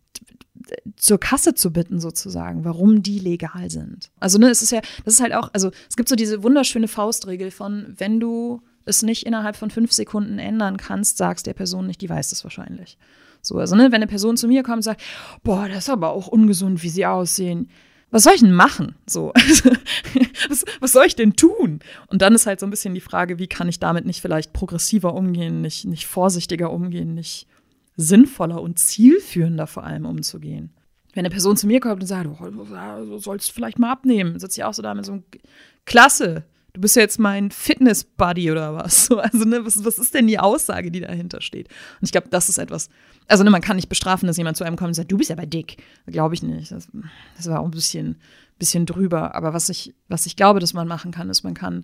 Kasse zu bitten sozusagen, warum die legal sind. Also das ist halt auch, also es gibt so diese wunderschöne Faustregel von, wenn du es nicht innerhalb von 5 Sekunden ändern kannst, sagst der Person nicht, die weiß es wahrscheinlich. So, also wenn eine Person zu mir kommt und sagt, boah, das ist aber auch ungesund, wie sie aussehen. Was soll ich denn machen? So, was soll ich denn tun? Und dann ist halt so ein bisschen die Frage, wie kann ich damit nicht vielleicht progressiver umgehen, nicht vorsichtiger umgehen, nicht sinnvoller und zielführender vor allem umzugehen. Wenn eine Person zu mir kommt und sagt, du sollst vielleicht mal abnehmen, sitze ich auch so da mit so einem Klasse, du bist ja jetzt mein Fitness-Buddy oder was. So, also, ne, was ist denn die Aussage, die dahinter steht? Und ich glaube, das ist etwas, also ne, man kann nicht bestrafen, dass jemand zu einem kommt und sagt, du bist aber dick. Glaube ich nicht. Das war auch ein bisschen drüber. Aber was ich glaube, dass man machen kann, ist, man kann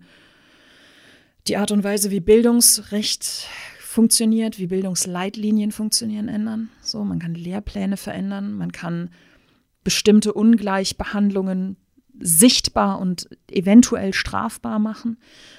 die Art und Weise, wie Bildungsrecht funktioniert, wie Bildungsleitlinien funktionieren, ändern. So, man kann Lehrpläne verändern, man kann bestimmte Ungleichbehandlungen sichtbar und eventuell strafbar machen.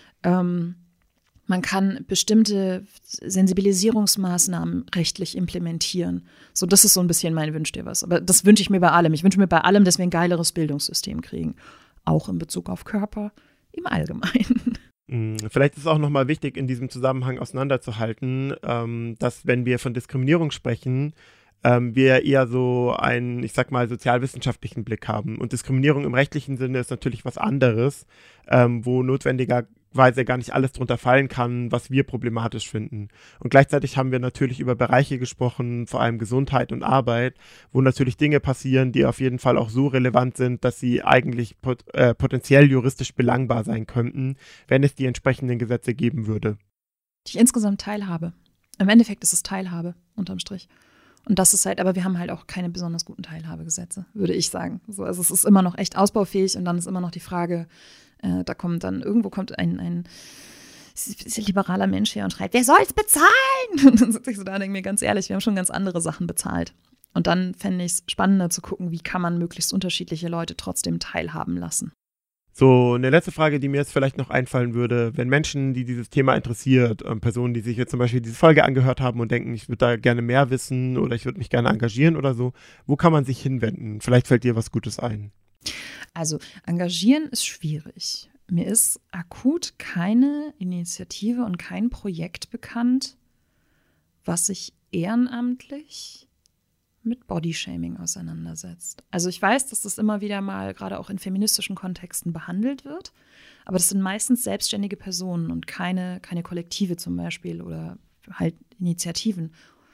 Man kann bestimmte Sensibilisierungsmaßnahmen rechtlich implementieren. So, das ist so ein bisschen mein Wünsch dir was. Aber das wünsche ich mir bei allem. Ich wünsche mir bei allem, dass wir ein geileres Bildungssystem kriegen. Auch in Bezug auf Körper im Allgemeinen. Vielleicht ist es auch nochmal wichtig, in diesem Zusammenhang auseinanderzuhalten, dass, wenn wir von Diskriminierung sprechen, wir eher so einen, ich sag mal, sozialwissenschaftlichen Blick haben. Und Diskriminierung im rechtlichen Sinne ist natürlich was anderes, wo notwendigerweise gar nicht alles drunter fallen kann, was wir problematisch finden. Und gleichzeitig haben wir natürlich über Bereiche gesprochen, vor allem Gesundheit und Arbeit, wo natürlich Dinge passieren, die auf jeden Fall auch so relevant sind, dass sie eigentlich potenziell juristisch belangbar sein könnten, wenn es die entsprechenden Gesetze geben würde. Die insgesamt Teilhabe. Im Endeffekt ist es Teilhabe, unterm Strich. Und das ist halt, aber wir haben halt auch keine besonders guten Teilhabegesetze, würde ich sagen. So, also es ist immer noch echt ausbaufähig und dann ist immer noch die Frage, irgendwo kommt ein liberaler Mensch her und schreit, wer soll's bezahlen? Und dann sitze ich so da und denke mir ganz ehrlich, wir haben schon ganz andere Sachen bezahlt. Und dann fände ich es spannender zu gucken, wie kann man möglichst unterschiedliche Leute trotzdem teilhaben lassen. So, eine letzte Frage, die mir jetzt vielleicht noch einfallen würde, wenn Menschen, die dieses Thema interessiert, Personen, die sich jetzt zum Beispiel diese Folge angehört haben und denken, ich würde da gerne mehr wissen oder ich würde mich gerne engagieren oder so, wo kann man sich hinwenden? Vielleicht fällt dir was Gutes ein. Also, engagieren ist schwierig. Mir ist akut keine Initiative und kein Projekt bekannt, was sich ehrenamtlich mit Bodyshaming auseinandersetzt. Also ich weiß, dass das immer wieder mal gerade auch in feministischen Kontexten behandelt wird, aber das sind meistens selbstständige Personen und keine Kollektive zum Beispiel oder halt Initiativen.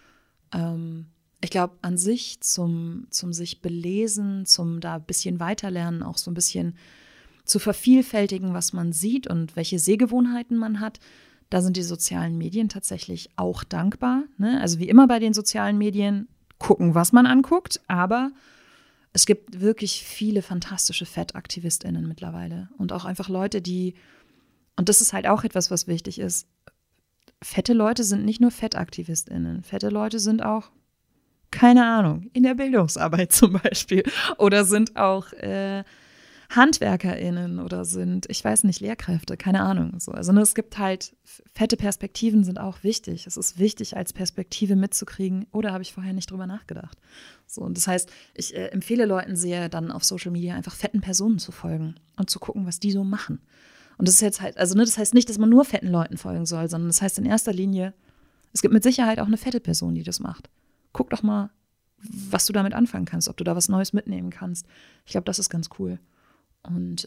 Ich glaube, an sich zum sich belesen, zum da ein bisschen weiterlernen, auch so ein bisschen zu vervielfältigen, was man sieht und welche Sehgewohnheiten man hat, da sind die sozialen Medien tatsächlich auch dankbar. Ne? Also wie immer bei den sozialen Medien, gucken, was man anguckt, aber es gibt wirklich viele fantastische FettaktivistInnen mittlerweile und auch einfach Leute, und das ist halt auch etwas, was wichtig ist, fette Leute sind nicht nur FettaktivistInnen, fette Leute sind auch, keine Ahnung, in der Bildungsarbeit zum Beispiel oder sind auch HandwerkerInnen oder sind, ich weiß nicht, Lehrkräfte, keine Ahnung. So. Also es gibt halt, fette Perspektiven sind auch wichtig. Es ist wichtig, als Perspektive mitzukriegen, oder habe ich vorher nicht drüber nachgedacht. So, und das heißt, ich empfehle Leuten sehr, dann auf Social Media einfach fetten Personen zu folgen und zu gucken, was die so machen. Und das ist jetzt halt, also das heißt nicht, dass man nur fetten Leuten folgen soll, sondern das heißt in erster Linie, es gibt mit Sicherheit auch eine fette Person, die das macht. Guck doch mal, was du damit anfangen kannst, ob du da was Neues mitnehmen kannst. Ich glaube, das ist ganz cool. Und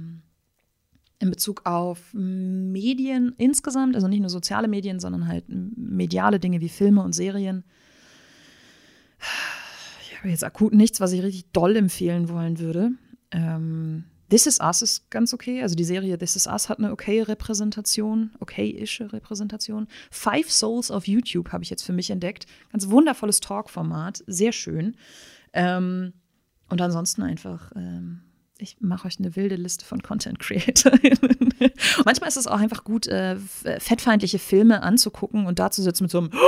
in Bezug auf Medien insgesamt, also nicht nur soziale Medien, sondern halt mediale Dinge wie Filme und Serien. Ich habe jetzt akut nichts, was ich richtig doll empfehlen wollen würde. This Is Us ist ganz okay. Also die Serie This Is Us hat eine okaye Repräsentation, okayische Repräsentation. Five Souls auf YouTube habe ich jetzt für mich entdeckt. Ganz wundervolles Talk-Format, sehr schön. Und ansonsten einfach ich mache euch eine wilde Liste von Content-CreatorInnen. Manchmal ist es auch einfach gut, fettfeindliche Filme anzugucken und da zu sitzen mit so einem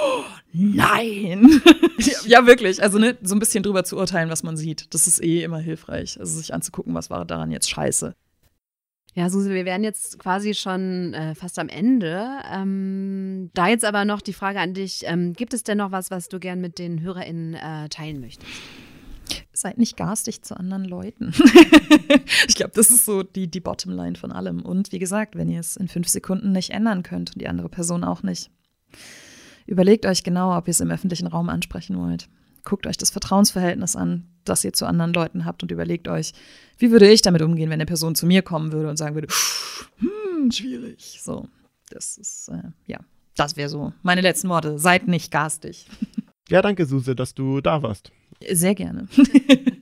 Nein! Ja, wirklich. Also ne, so ein bisschen drüber zu urteilen, was man sieht. Das ist immer hilfreich. Also sich anzugucken, was war daran jetzt scheiße. Ja, Suse, wir wären jetzt quasi schon fast am Ende. Da jetzt aber noch die Frage an dich. Gibt es denn noch was du gern mit den HörerInnen teilen möchtest? Seid nicht garstig zu anderen Leuten. Ich glaube, das ist so die Bottomline von allem. Und wie gesagt, wenn ihr es in 5 Sekunden nicht ändern könnt und die andere Person auch nicht, überlegt euch genau, ob ihr es im öffentlichen Raum ansprechen wollt. Guckt euch das Vertrauensverhältnis an, das ihr zu anderen Leuten habt und überlegt euch, wie würde ich damit umgehen, wenn eine Person zu mir kommen würde und sagen würde, schwierig. So, das ist, das wäre so meine letzten Worte. Seid nicht garstig. Ja, danke, Suse, dass du da warst. Sehr gerne.